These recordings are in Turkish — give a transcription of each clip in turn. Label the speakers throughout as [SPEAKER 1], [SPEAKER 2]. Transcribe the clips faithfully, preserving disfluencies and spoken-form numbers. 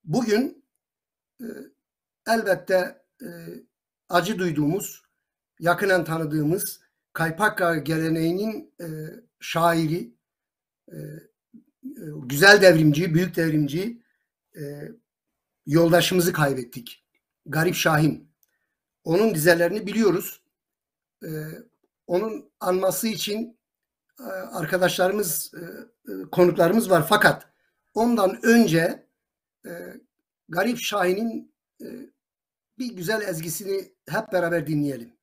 [SPEAKER 1] Bugün e, elbette e, acı duyduğumuz, yakinen tanıdığımız Kaypakka geleneğinin e, şairi, e, güzel devrimci, büyük devrimci e, yoldaşımızı kaybettik. Garip Şahin. Onun dizelerini biliyoruz. E, onun anması için e, arkadaşlarımız, e, konuklarımız var. Fakat ondan önce e, Garip Şahin'in e, bir güzel ezgisini hep beraber dinleyelim.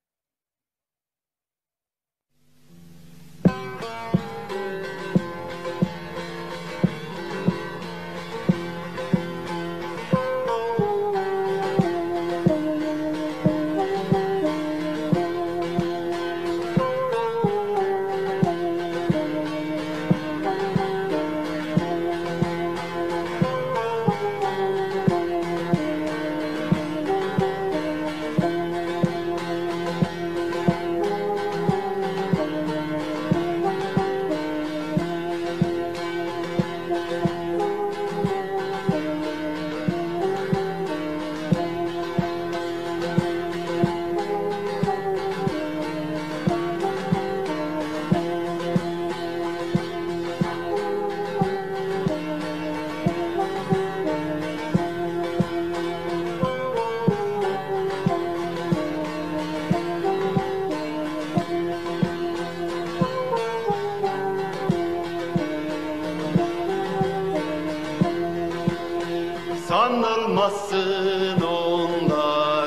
[SPEAKER 2] Sanılmasın onlar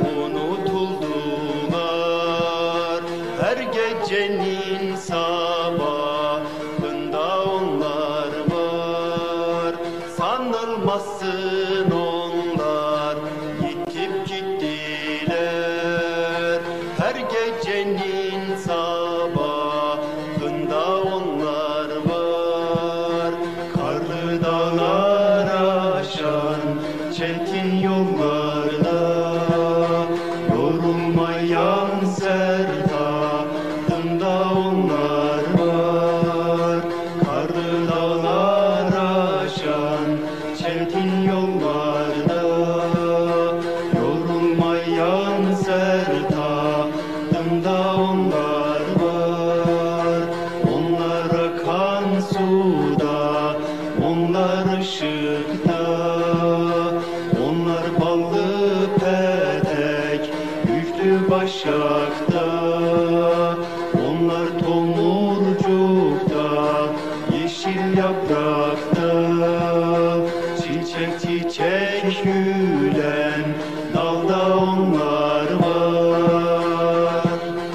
[SPEAKER 2] unutuldular. Her gecenin sabahında onlar var. Sanılmasın onlar yitip gittiler. Her gecenin sabahında onlar var. Karlı dağlar aşan çetin yollarda, yorulmayan sertadında onlar var. Karlı dağlar aşan çetin yollarda, yorulmayan sertadında onlar var. Onlar akan suda, onlar ışıkta, onlar ballı petek, yüklü başakta. Onlar tomurcukta, yeşil yaprakta, çiçek çiçek gülen dalda onlar var.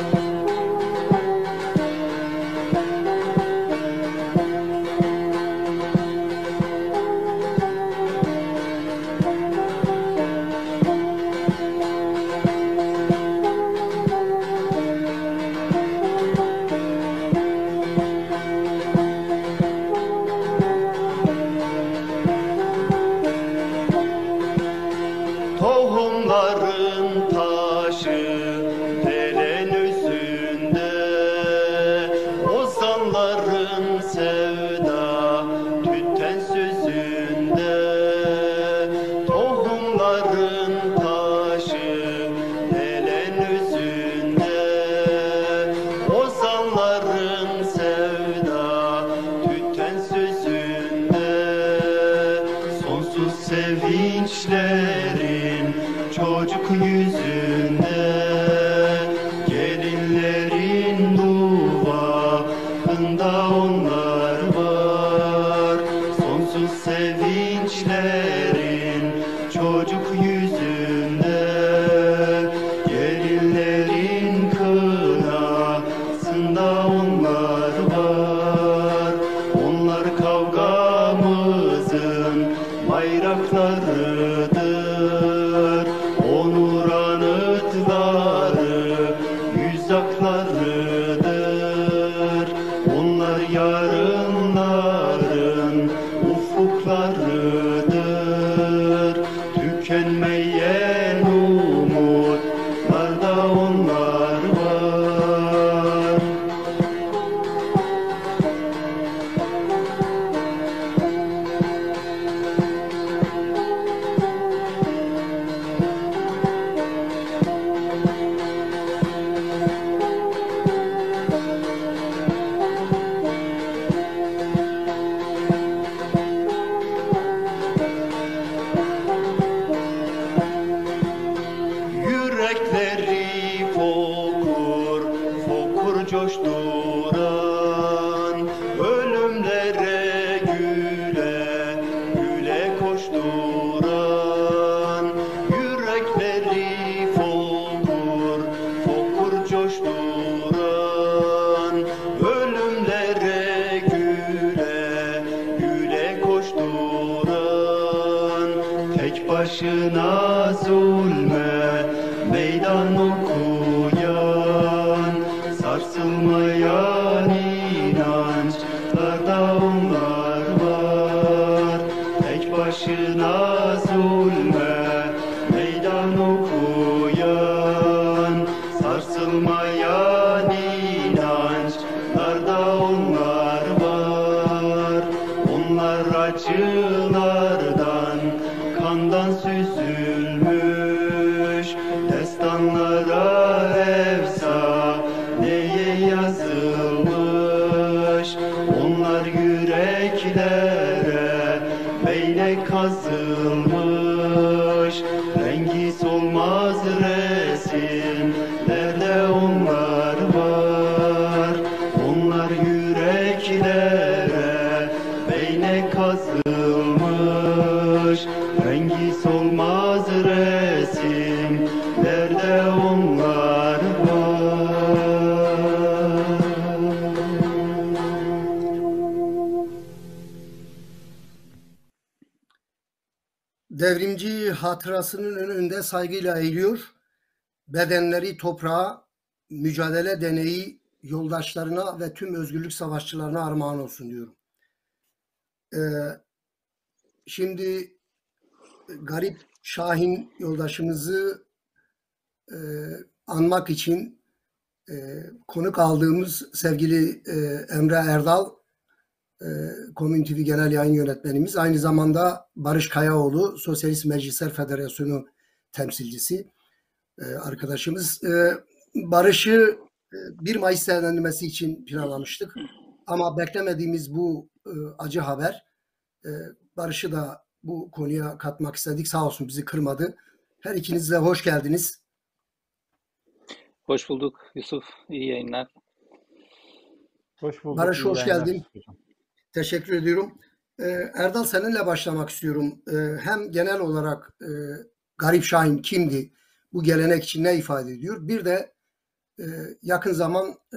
[SPEAKER 2] Tohumların taşı deren üzünde, ozanların sevda tüten sözünde. Tohumların taşı deren üzünde, ozanların sevda tüten sözünde. Sonsuz sevinçlerin çocuk yüzünde, gelinlerin duvağında onlar var. Sonsuz sevinçlerin çocuk yüzünde, gelinlerin kınasında onlar var. Onlar kavgamızın bayraklarıdır, onur anıtları, yüzaklarıdır. Onlar yarınların ufuklarıdır, tükenmeyen umutlarda onlar var. tek başına zulme meydan okuyan, sarsılmayan inançlarda onlar var. Tek başına zulme meydan okuyan, sarsılmayan inançlarda onlar var. Onlar acılardan, kandan süzülmüş, destanlara efsaneye yazılmış. Onlar yüreklere beyne kazılmış, rengi solmaz resimlerde onlar var. Onlar yüreklere beyne kazılmış, rengi solmaz resimlerde onlar var.
[SPEAKER 1] Devrimci hatırasının önünde saygıyla eğiliyor. Bedenleri toprağa, mücadele deneyi yoldaşlarına ve tüm özgürlük savaşçılarına armağan olsun diyorum. Ee, şimdi Garip Şahin yoldaşımızı e, anmak için e, konuk aldığımız sevgili e, Emre Erdal, e, Komün T V Genel Yayın Yönetmenimiz, aynı zamanda Barış Kayaoğlu, Sosyalist Meclisler Federasyonu temsilcisi e, arkadaşımız. E, Barış'ı e, bir Mayıs değerlendirmesi için planlamıştık. Ama beklemediğimiz bu e, acı haber e, Barış'ı da bu konuya katmak istedik. Sağ olsun bizi kırmadı. Her ikiniz de hoş geldiniz.
[SPEAKER 3] Hoş bulduk Yusuf. İyi yayınlar.
[SPEAKER 4] Hoş bulduk.
[SPEAKER 1] Barış
[SPEAKER 4] iyi
[SPEAKER 1] hoş
[SPEAKER 4] yayınlar
[SPEAKER 1] geldin.
[SPEAKER 4] hocam.
[SPEAKER 1] Teşekkür ediyorum. Ee, Erdal, seninle başlamak istiyorum. Ee, hem genel olarak e, Garip Şahin kimdi? Bu gelenek için ne ifade ediyor? Bir de e, yakın zaman e,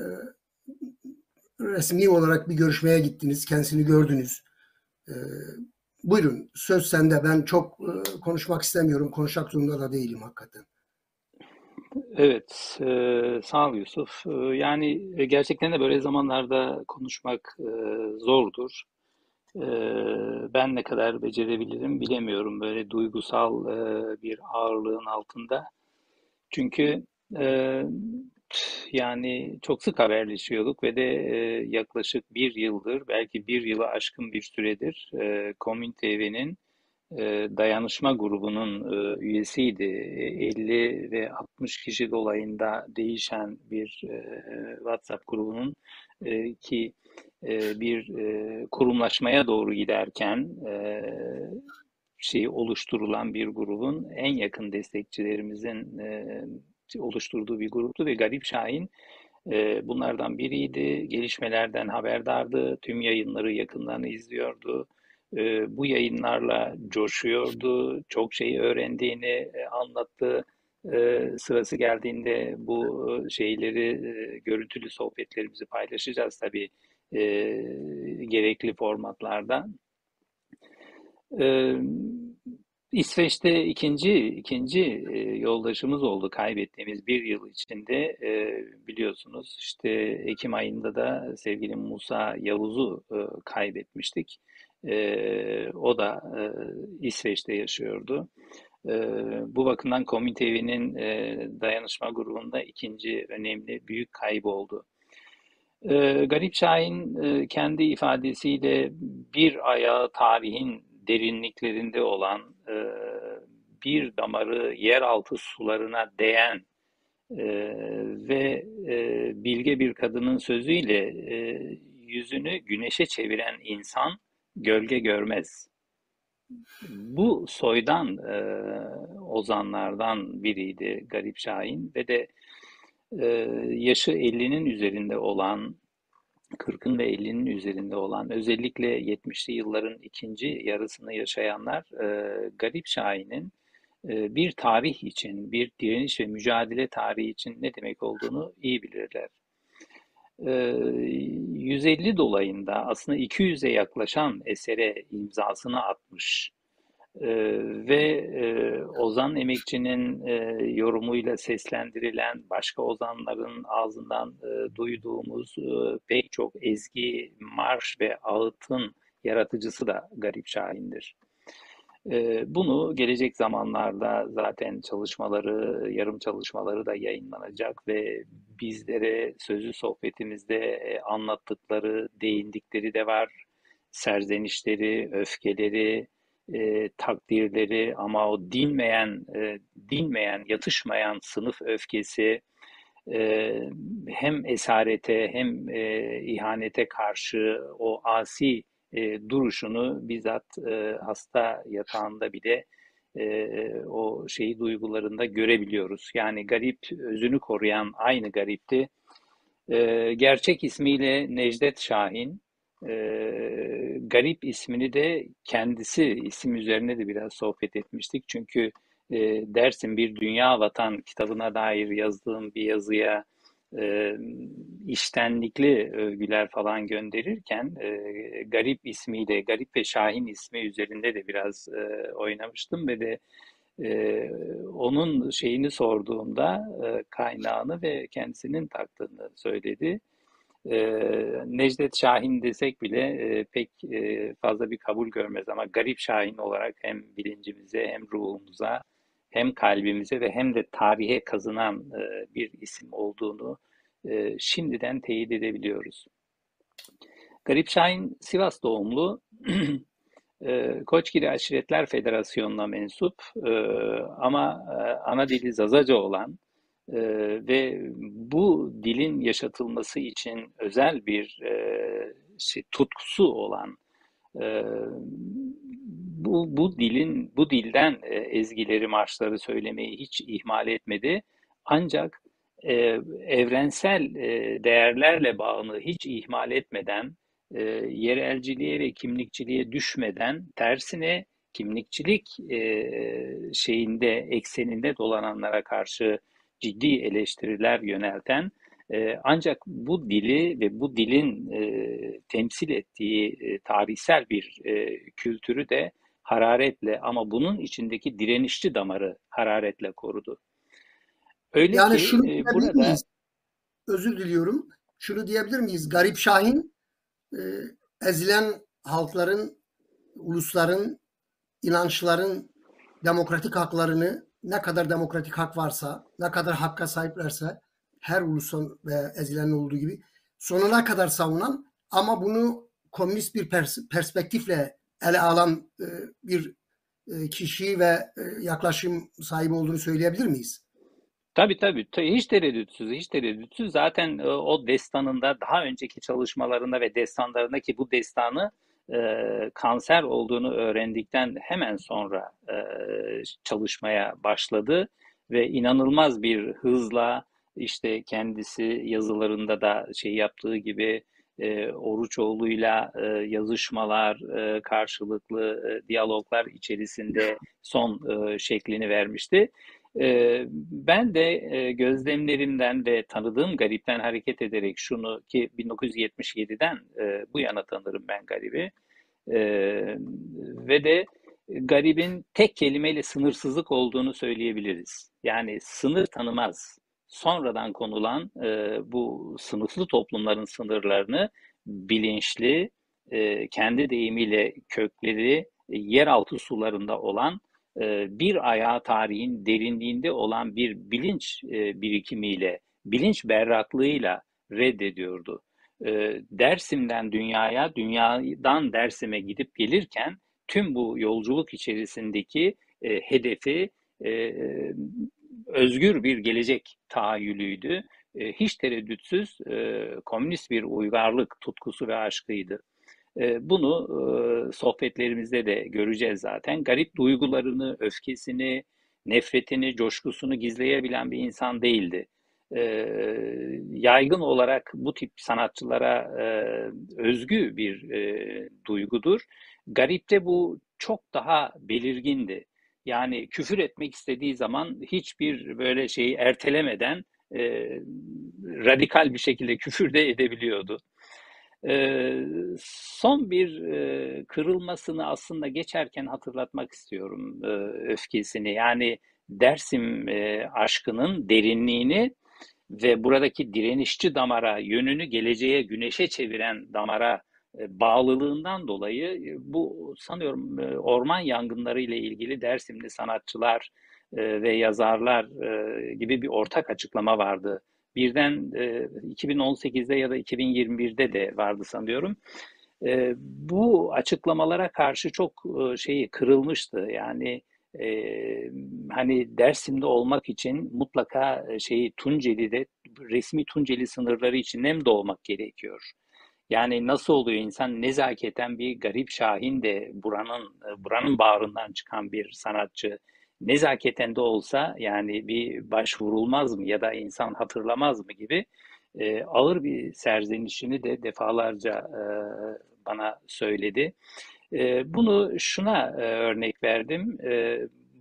[SPEAKER 1] resmi olarak bir görüşmeye gittiniz. Kendisini gördünüz. E, buyurun, söz sende. Ben çok e, konuşmak istemiyorum. Konuşmak zorunda da değilim hakikaten.
[SPEAKER 3] Evet, e, sağ ol Yusuf. E, yani e, gerçekten de böyle zamanlarda konuşmak e, zordur. E, Ben ne kadar becerebilirim bilemiyorum böyle duygusal e, bir ağırlığın altında. Çünkü e, yani çok sık haberleşiyorduk ve de e, yaklaşık bir yıldır, belki bir yılı aşkın bir süredir e, Komün T V'nin e, dayanışma grubunun e, üyesiydi. E, elli ve altmış kişi dolayında değişen bir e, WhatsApp grubunun e, ki e, bir e, kurumlaşmaya doğru giderken e, şey oluşturulan bir grubun en yakın destekçilerimizin e, oluşturduğu bir gruptu ve Garip Şahin e, bunlardan biriydi. Gelişmelerden haberdardı. Tüm yayınları yakından izliyordu. E, bu yayınlarla coşuyordu. Çok şey öğrendiğini e, anlattı. E, sırası geldiğinde bu e, şeyleri, e, görüntülü sohbetlerimizi paylaşacağız tabii e, gerekli formatlarda. E, İsveç'te ikinci ikinci e, yoldaşımız oldu kaybettiğimiz bir yıl içinde. E, biliyorsunuz işte Ekim ayında da sevgili Musa Yavuz'u e, kaybetmiştik. E, o da e, İsveç'te yaşıyordu. E, Bu bakımdan Komün T V'nin e, dayanışma grubunda ikinci önemli büyük kaybı oldu. E, Garip Şahin e, kendi ifadesiyle bir ayağı tarihin derinliklerinde olan, e, bir damarı yeraltı sularına değen e, ve e, bilge bir kadının sözüyle e, yüzünü güneşe çeviren insan gölge görmez. Bu soydan e, ozanlardan biriydi Garip Şahin ve de e, yaşı ellinin üzerinde olan, kırkın ve ellinin üzerinde olan, özellikle yetmişli yılların ikinci yarısını yaşayanlar e, Garip Şahin'in e, bir tarih için, bir direniş ve mücadele tarihi için ne demek olduğunu iyi bilirler. E, yüz elli dolayında aslında iki yüze yaklaşan esere imzasını atmış. E, ve e, Ozan Emekçi'nin e, yorumuyla seslendirilen başka ozanların ağzından e, duyduğumuz e, pek çok ezgi, marş ve ağıtın yaratıcısı da Garip Şahin'dir. E, bunu gelecek zamanlarda zaten çalışmaları, yarım çalışmaları da yayınlanacak ve bizlere sözlü sohbetimizde e, anlattıkları, değindikleri de var. Serzenişleri, öfkeleri, e, takdirleri ama o dinmeyen, e, dinmeyen, yatışmayan sınıf öfkesi e, hem esarete hem e, ihanete karşı o asi e, duruşunu bizzat e, hasta yatağında bile e, o şeyi duygularında görebiliyoruz. Yani garip özünü koruyan aynı garipti. E, gerçek ismiyle Necdet Şahin. E, Garip ismini de kendisi isim üzerine de biraz sohbet etmiştik. Çünkü e, Dersim Bir Dünya Vatan kitabına dair yazdığım bir yazıya e, iştenlikli övgüler falan gönderirken e, Garip ismiyle, Garip ve Şahin ismi üzerinde de biraz e, oynamıştım ve de e, onun şeyini sorduğumda e, kaynağını ve kendisinin taktığını söyledi. E, Necdet Şahin desek bile e, pek e, fazla bir kabul görmez ama Garip Şahin olarak hem bilincimize hem ruhumuza hem kalbimize ve hem de tarihe kazınan e, bir isim olduğunu e, şimdiden teyit edebiliyoruz. Garip Şahin Sivas doğumlu, e, Koçgiri Aşiretler Federasyonu'na mensup e, ama e, ana dili Zazaca olan e, ve bu dilin yaşatılması için özel bir e, şey, tutkusu olan e, bu, bu dilin bu dilden e, ezgileri, marşları söylemeyi hiç ihmal etmedi. Ancak e, evrensel e, değerlerle bağını hiç ihmal etmeden, e, yerelciliğe ve kimlikçiliğe düşmeden, tersine kimlikçilik e, şeyinde, ekseninde dolananlara karşı ciddi eleştiriler yönelten, e, ancak bu dili ve bu dilin e, temsil ettiği e, tarihsel bir e, kültürü de hararetle ama bunun içindeki direnişçi damarı hararetle korudu. Öyle
[SPEAKER 1] Yani
[SPEAKER 3] ki
[SPEAKER 1] şunu
[SPEAKER 3] e,
[SPEAKER 1] diyebilir
[SPEAKER 3] burada
[SPEAKER 1] miyiz? Özür diliyorum. Şunu diyebilir miyiz? Garip Şahin e, ezilen halkların, ulusların, inançların demokratik haklarını, ne kadar demokratik hak varsa, ne kadar hakka sahiplerse, her ulusun ve ezilenin olduğu gibi sonuna kadar savunan ama bunu komünist bir pers- perspektifle ele alan e, bir e, kişi ve e, yaklaşım sahibi olduğunu söyleyebilir miyiz?
[SPEAKER 3] tabii tabii ta- hiç tereddütsüz, hiç tereddütsüz. Zaten e, o destanında daha önceki çalışmalarında ve destanlarında ki bu destanı e, kanser olduğunu öğrendikten hemen sonra e, çalışmaya başladı ve inanılmaz bir hızla işte kendisi yazılarında da şey yaptığı gibi e, Oruçoğlu'yla e, yazışmalar, e, karşılıklı e, diyaloglar içerisinde son e, şeklini vermişti. Ee, ben de e, gözlemlerimden ve tanıdığım Garip'ten hareket ederek şunu ki bin dokuz yüz yetmiş yediden e, bu yana tanırım ben Garip'i. Ee, Ve de Garip'in tek kelimeyle sınırsızlık olduğunu söyleyebiliriz. Yani sınır tanımaz. Sonradan konulan e, bu sınıflı toplumların sınırlarını bilinçli, e, kendi deyimiyle kökleri e, yeraltı sularında olan e, bir ayağı tarihin derinliğinde olan bir bilinç e, birikimiyle, bilinç berraklığıyla reddediyordu. E, Dersim'den dünyaya, dünyadan Dersim'e gidip gelirken tüm bu yolculuk içerisindeki e, hedefi e, özgür bir gelecek tahayyülüydü. E, hiç tereddütsüz e, komünist bir uygarlık tutkusu ve aşkıydı. E, bunu e, sohbetlerimizde de göreceğiz zaten. Garip duygularını, öfkesini, nefretini, coşkusunu gizleyebilen bir insan değildi. E, Yaygın olarak bu tip sanatçılara e, özgü bir e, duygudur. Garip'te bu çok daha belirgindi. Yani küfür etmek istediği zaman hiçbir böyle şeyi ertelemeden e, radikal bir şekilde küfür de edebiliyordu. Ee, son bir e, kırılmasını aslında geçerken hatırlatmak istiyorum, e, öfkesini. Yani Dersim e, aşkının derinliğini ve buradaki direnişçi damara, yönünü geleceğe, güneşe çeviren damara e, bağlılığından dolayı e, bu sanıyorum e, orman yangınları ile ilgili Dersimli sanatçılar e, ve yazarlar e, gibi bir ortak açıklama vardı. Birden e, iki bin on sekizde ya da iki bin yirmi birde de vardı sanıyorum. E, bu açıklamalara karşı çok e, şeyi kırılmıştı. Yani e, hani Dersim'de olmak için mutlaka e, şeyi Tunceli'de resmi Tunceli sınırları içinde doğmak gerekiyor. Yani nasıl oluyor, insan nezaketen bir Garip Şahin de buranın buranın bağrından çıkan bir sanatçı nezaketen de olsa yani bir başvurulmaz mı ya da insan hatırlamaz mı gibi e, ağır bir serzenişini de defalarca e, bana söyledi. E, bunu şuna e, örnek verdim. E,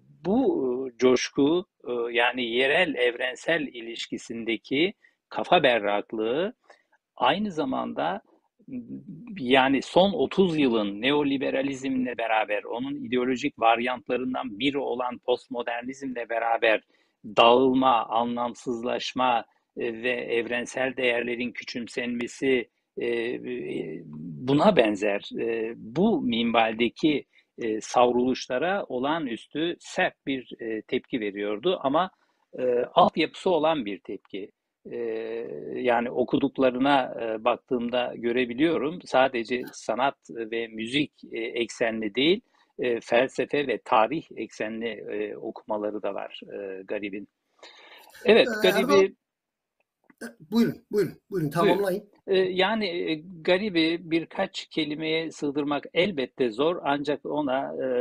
[SPEAKER 3] bu coşku e, yani yerel evrensel ilişkisindeki kafa berraklığı aynı zamanda yani son otuz yılın neoliberalizmle beraber onun ideolojik varyantlarından biri olan postmodernizmle beraber dağılma, anlamsızlaşma e, ve evrensel değerlerin küçümsenmesi e, e, buna benzer. E, bu minvaldeki e, savruluşlara olağanüstü sert bir e, tepki veriyordu ama e, altyapısı olan bir tepki. Ee, yani okuduklarına e, baktığımda görebiliyorum. Sadece sanat ve müzik e, eksenli değil, e, felsefe ve tarih eksenli e, okumaları da var e, Garip'in.
[SPEAKER 1] Ee,
[SPEAKER 3] Evet,
[SPEAKER 1] Erdal,
[SPEAKER 3] Garip'i
[SPEAKER 1] buyurun, buyurun, buyurun
[SPEAKER 3] buyur.
[SPEAKER 1] tamamlayın.
[SPEAKER 3] E, yani e, Garip'i birkaç kelimeye sığdırmak elbette zor, ancak ona e,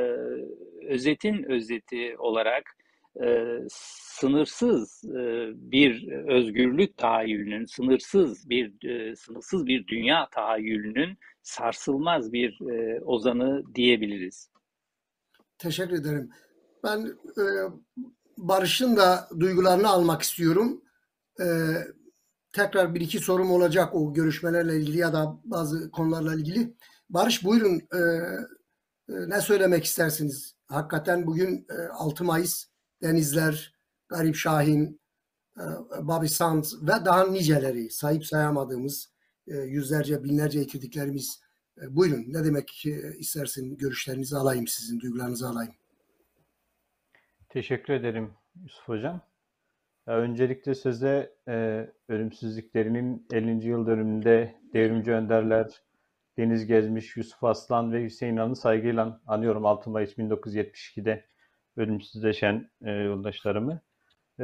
[SPEAKER 3] özetin özeti olarak e, sınırsız e, bir özgürlük tahayyülünün, sınırsız bir e, sınırsız bir dünya tahayyülünün sarsılmaz bir e, ozanı diyebiliriz.
[SPEAKER 1] Teşekkür ederim. Ben e, Barış'ın da duygularını almak istiyorum. E, tekrar bir iki sorum olacak o görüşmelerle ilgili ya da bazı konularla ilgili. Barış buyurun, e, e, ne söylemek istersiniz? Hakikaten bugün e, altı Mayıs, Denizler, Garip Şahin, e, Bobby Sands ve daha niceleri sayıp sayamadığımız e, yüzlerce, binlerce yitirdiklerimiz. E, buyurun ne demek e, istersin, görüşlerinizi alayım, sizin duygularınızı alayım.
[SPEAKER 4] Teşekkür ederim Yusuf Hocam. Ya öncelikle size e, ölümsüzlüklerinin ellinci yıl dönümünde devrimci önderler Deniz Gezmiş, Yusuf Aslan ve Hüseyin Han'ı saygıyla anıyorum. altı Mayıs bin dokuz yüz yetmiş ikide ölümsüzleşen e, yoldaşlarımı. E,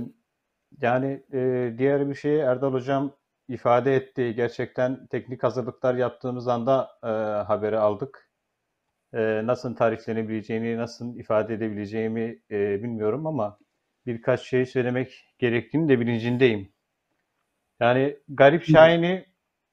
[SPEAKER 4] yani e, diğer bir şeyi Erdal Hocam ifade etti. Gerçekten teknik hazırlıklar yaptığımız anda e, haberi aldık. E, nasıl tariflenebileceğini, nasıl ifade edebileceğimi e, bilmiyorum ama birkaç şey söylemek gerektiğini de bilincindeyim. Yani Garip Şahin'i,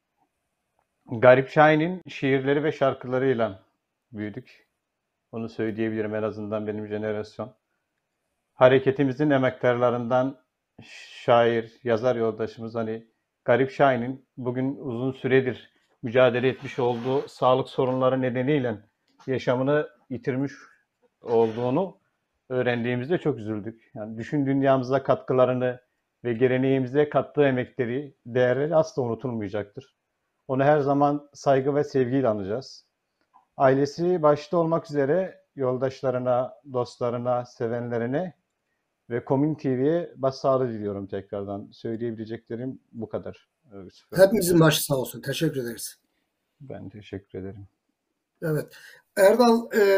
[SPEAKER 4] Garip Şahin'in şiirleri ve şarkılarıyla büyüdük. Onu söyleyebilirim, en azından benim jenerasyon. Hareketimizin emektarlarından şair, yazar yoldaşımız hani Garip Şahin'in bugün uzun süredir mücadele etmiş olduğu sağlık sorunları nedeniyle yaşamını yitirmiş olduğunu öğrendiğimizde çok üzüldük. Yani düşün, dünyamıza katkılarını ve geleneğimize kattığı emekleri, değerleri asla unutulmayacaktır. Onu her zaman saygı ve sevgiyle anacağız. Ailesi başta olmak üzere yoldaşlarına, dostlarına, sevenlerine ve Komün T V'ye başsağlığı diliyorum tekrardan. Söyleyebileceklerim bu kadar.
[SPEAKER 1] Hepimizin başı sağ olsun. Teşekkür ederiz.
[SPEAKER 4] Ben teşekkür ederim.
[SPEAKER 1] Evet. Erdal, e,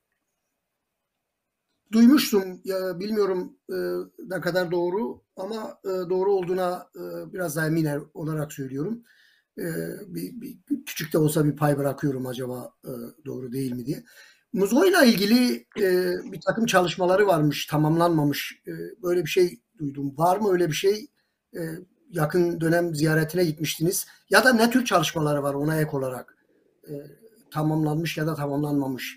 [SPEAKER 1] duymuştum, ya bilmiyorum e, ne kadar doğru ama e, doğru olduğuna e, biraz daha emin olarak söylüyorum. E, bir, bir, küçük de olsa bir pay bırakıyorum acaba e, doğru değil mi diye. Muzo ile ilgili e, bir takım çalışmaları varmış, tamamlanmamış. E, böyle bir şey duydum. Var mı öyle bir şey? E, yakın dönem ziyaretine gitmiştiniz. Ya da ne tür çalışmaları var ona ek olarak? E, tamamlanmış ya da tamamlanmamış.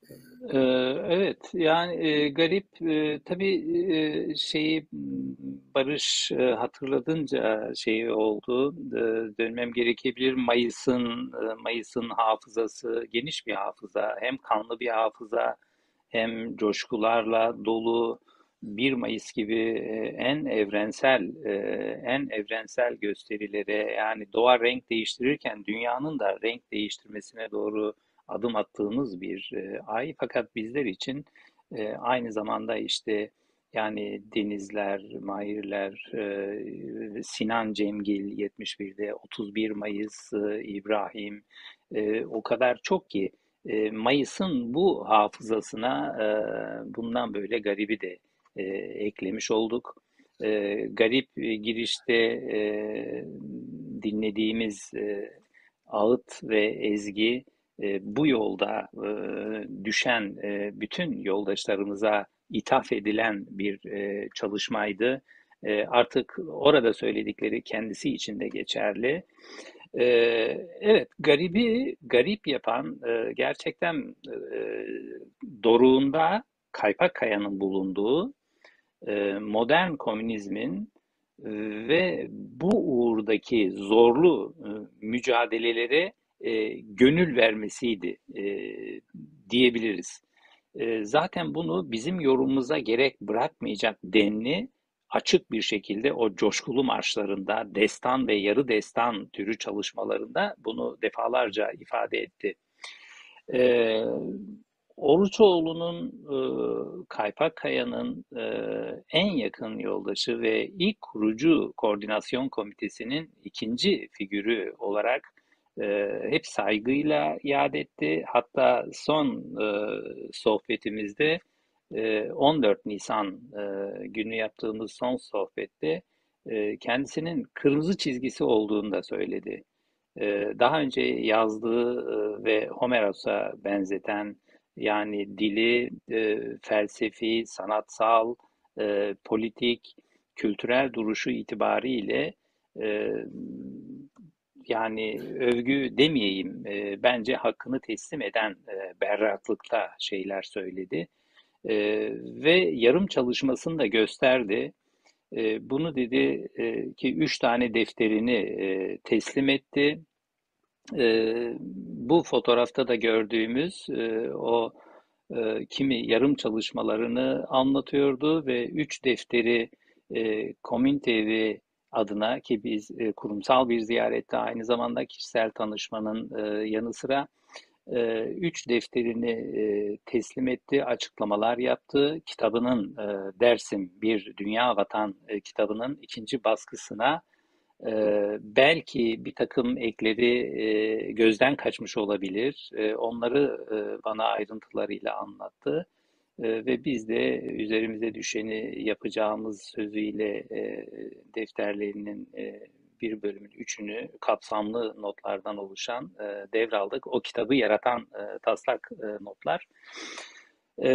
[SPEAKER 3] Ee, Evet, yani e, garip e, tabii e, şeyi Barış e, hatırladınca şey oldu. E, dönmem gerekebilir. Mayıs'ın e, Mayıs'ın hafızası geniş bir hafıza. Hem kanlı bir hafıza hem coşkularla dolu. bir Mayıs gibi e, en evrensel e, en evrensel gösterilere, yani doğa renk değiştirirken dünyanın da renk değiştirmesine doğru adım attığımız bir e, ay. Fakat bizler için e, aynı zamanda işte yani Denizler, Mahirler, e, Sinan Cemgil yetmiş birde, otuz bir Mayıs, e, İbrahim, e, o kadar çok ki e, Mayıs'ın bu hafızasına e, bundan böyle garibi de e, eklemiş olduk. E, garip e, girişte e, dinlediğimiz e, ağıt ve ezgi e, bu yolda e, düşen e, bütün yoldaşlarımıza ithaf edilen bir e, çalışmaydı. E, artık orada söyledikleri kendisi için de geçerli. E, evet, garibi garip yapan e, gerçekten e, doruğunda Kaypak Kaya'nın bulunduğu e, modern komünizmin e, ve bu uğurdaki zorlu e, mücadelelere e, gönül vermesiydi e, diyebiliriz. E, zaten bunu bizim yorumumuza gerek bırakmayacak denli açık bir şekilde o coşkulu marşlarında, destan ve yarı destan türü çalışmalarında bunu defalarca ifade etti. E, Oruçoğlu'nun, e, Kaypak Kaya'nın e, en yakın yoldaşı ve ilk kurucu koordinasyon komitesinin ikinci figürü olarak e, hep saygıyla yad etti. Hatta son e, sohbetimizde e, on dört Nisan e, günü yaptığımız son sohbette e, kendisinin kırmızı çizgisi olduğunu da söyledi. E, daha önce yazdığı e, ve Homeros'a benzeten, yani dili e, felsefi, sanatsal, e, politik, kültürel duruşu itibariyle e, yani övgü demeyeyim, e, bence hakkını teslim eden e, berraklıkta şeyler söyledi. E, ve yarım çalışmasını da gösterdi. E, bunu dedi e, ki üç tane defterini e, teslim etti. E, Bu fotoğrafta da gördüğümüz e, o e, kimi yarım çalışmalarını anlatıyordu ve üç defteri e, Komünite Evi adına, ki biz e, kurumsal bir ziyarette aynı zamanda kişisel tanışmanın e, yanı sıra e, üç defterini e, teslim etti, açıklamalar yaptı. Kitabının e, Dersim Bir Dünya Vatan e, kitabının ikinci baskısına ee, belki bir takım ekleri e, gözden kaçmış olabilir. E, onları e, bana ayrıntılarıyla anlattı. E, ve biz de üzerimize düşeni yapacağımız sözüyle e, defterlerinin e, bir bölümün üçünü kapsamlı notlardan oluşan e, devraldık. O kitabı yaratan e, taslak e, notlar. E,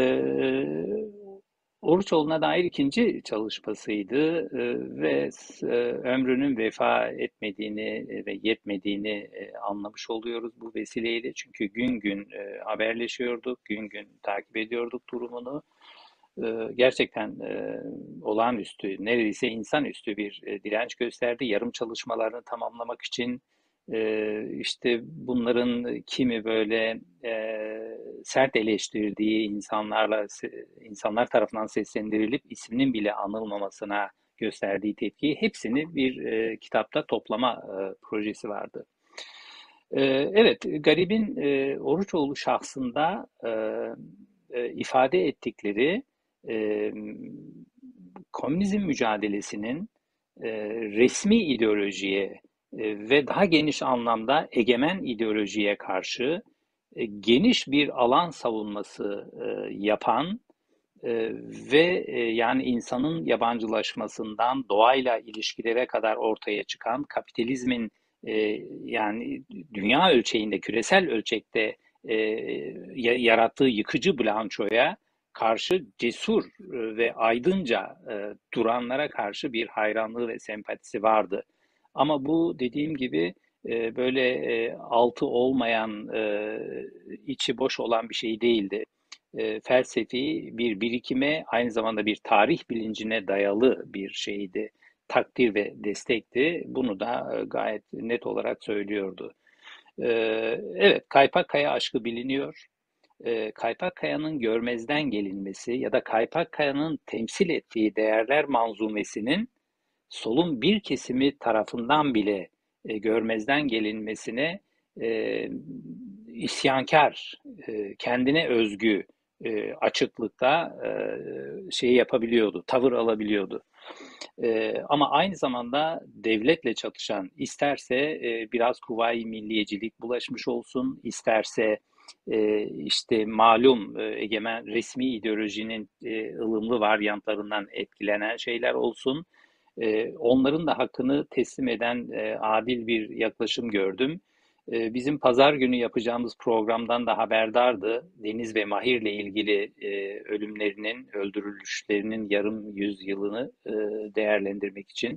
[SPEAKER 3] Oruçoğlu'na dair ikinci çalışmasıydı e, ve e, ömrünün vefa etmediğini ve yetmediğini e, anlamış oluyoruz bu vesileyle. Çünkü gün gün e, haberleşiyorduk, gün gün takip ediyorduk durumunu. E, gerçekten e, olağanüstü, neredeyse insanüstü bir e, direnç gösterdi. Yarım çalışmalarını tamamlamak için e, işte bunların kimi böyle e, sert eleştirdiği insanlarla insanlar tarafından seslendirilip isminin bile anılmamasına gösterdiği tepki, hepsini bir e, kitapta toplama e, projesi vardı. E, evet, garibin e, Oruçoğlu şahsında e, e, ifade ettikleri e, komünizm mücadelesinin e, resmi ideolojiye e, ve daha geniş anlamda egemen ideolojiye karşı e, geniş bir alan savunması e, yapan e, ve e, yani insanın yabancılaşmasından doğayla ilişkilere kadar ortaya çıkan kapitalizmin e, yani dünya ölçeğinde, küresel ölçekte e, yarattığı yıkıcı bilançoya karşı cesur ve aydınca e, duranlara karşı bir hayranlığı ve sempatisi vardı. Ama bu, dediğim gibi, e, böyle e, altı olmayan, e, içi boş olan bir şey değildi. e, felsefi bir birikime, aynı zamanda bir tarih bilincine dayalı bir şeydi, takdir ve destekti. Bunu da e, gayet net olarak söylüyordu. E, evet, Kaypak Kaya aşkı biliniyor. E, Kaypak Kaya'nın görmezden gelinmesi ya da Kaypak Kaya'nın temsil ettiği değerler manzumesinin solun bir kesimi tarafından bile e, görmezden gelinmesine e, isyankar, e, kendine özgü e, açıklıkta e, şeyi yapabiliyordu, tavır alabiliyordu. E, ama aynı zamanda devletle çatışan, isterse e, biraz kuvayi milliyecilik bulaşmış olsun, isterse e, işte malum e, egemen resmi ideolojinin e, ılımlı varyantlarından etkilenen şeyler olsun. E, onların da hakkını teslim eden e, adil bir yaklaşım gördüm. E, bizim pazar günü yapacağımız programdan da haberdardı. Deniz ve Mahir'le ilgili e, ölümlerinin, öldürülüşlerinin yarım yüzyılını e, değerlendirmek için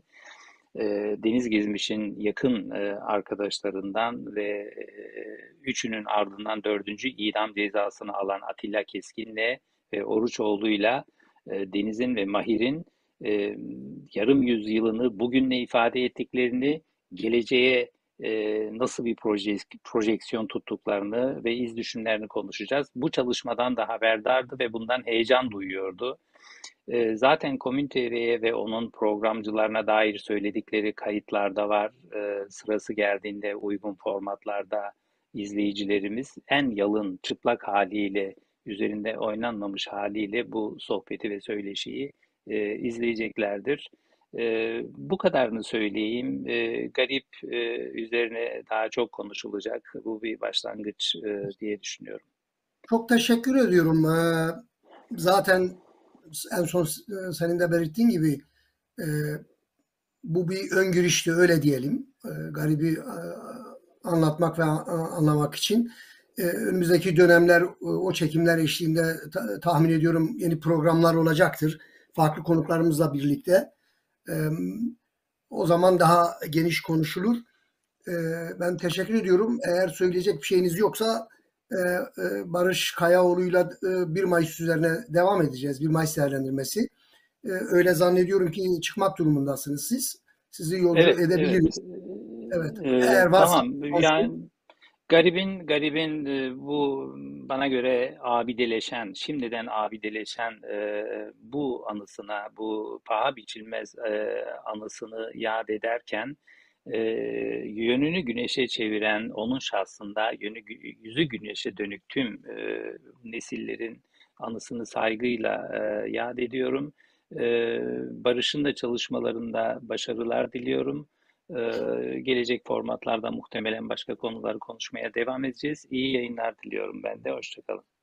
[SPEAKER 3] e, Deniz Gezmiş'in yakın e, arkadaşlarından ve e, üçünün ardından dördüncü idam cezasını alan Atilla Keskin'le ve Oruçoğlu'yla e, Deniz'in ve Mahir'in e, yarım yüzyılını bugünle ifade ettiklerini, geleceğe e, nasıl bir proje, projeksiyon tuttuklarını ve iz düşümlerini konuşacağız. Bu çalışmadan da haberdardı ve bundan heyecan duyuyordu. E, zaten Komün T V'ye ve onun programcılarına dair söyledikleri kayıtlarda var. E, sırası geldiğinde uygun formatlarda izleyicilerimiz en yalın, çıplak haliyle, üzerinde oynanmamış haliyle bu sohbeti ve söyleşiyi e, izleyeceklerdir. E, bu kadarını söyleyeyim. E, garip e, üzerine daha çok konuşulacak. Bu bir başlangıç e, diye düşünüyorum.
[SPEAKER 1] Çok teşekkür ediyorum. Ee, zaten en son senin de belirttiğin gibi e, bu bir ön girişti, öyle diyelim. E, garibi e, anlatmak ve anlamak için. E, önümüzdeki dönemler o çekimler eşliğinde ta, tahmin ediyorum yeni programlar olacaktır. Farklı konuklarımızla birlikte. E, o zaman daha geniş konuşulur. E, ben teşekkür ediyorum. Eğer söyleyecek bir şeyiniz yoksa e, e, Barış Kayaoğlu'yla e, bir Mayıs üzerine devam edeceğiz. bir Mayıs değerlendirmesi. E, öyle zannediyorum ki çıkmak durumundasınız siz. Sizi yolcu
[SPEAKER 3] Evet, evet.
[SPEAKER 1] edebiliriz. Evet.
[SPEAKER 3] Ee,
[SPEAKER 1] Eğer varsa
[SPEAKER 3] tamam.
[SPEAKER 1] son şey.
[SPEAKER 3] Yani garibin garibin e, bu bana göre abideleşen, şimdiden abideleşen e, bu anısına, bu paha biçilmez e, anısını yad ederken e, yönünü güneşe çeviren onun şahsında yönü yüzü güneşe dönük tüm e, nesillerin anısını saygıyla e, yad ediyorum. E, Barış'ın da çalışmalarında başarılar diliyorum. Ee, gelecek formatlarda muhtemelen başka konuları konuşmaya devam edeceğiz. İyi yayınlar diliyorum ben de. Hoşça kalın.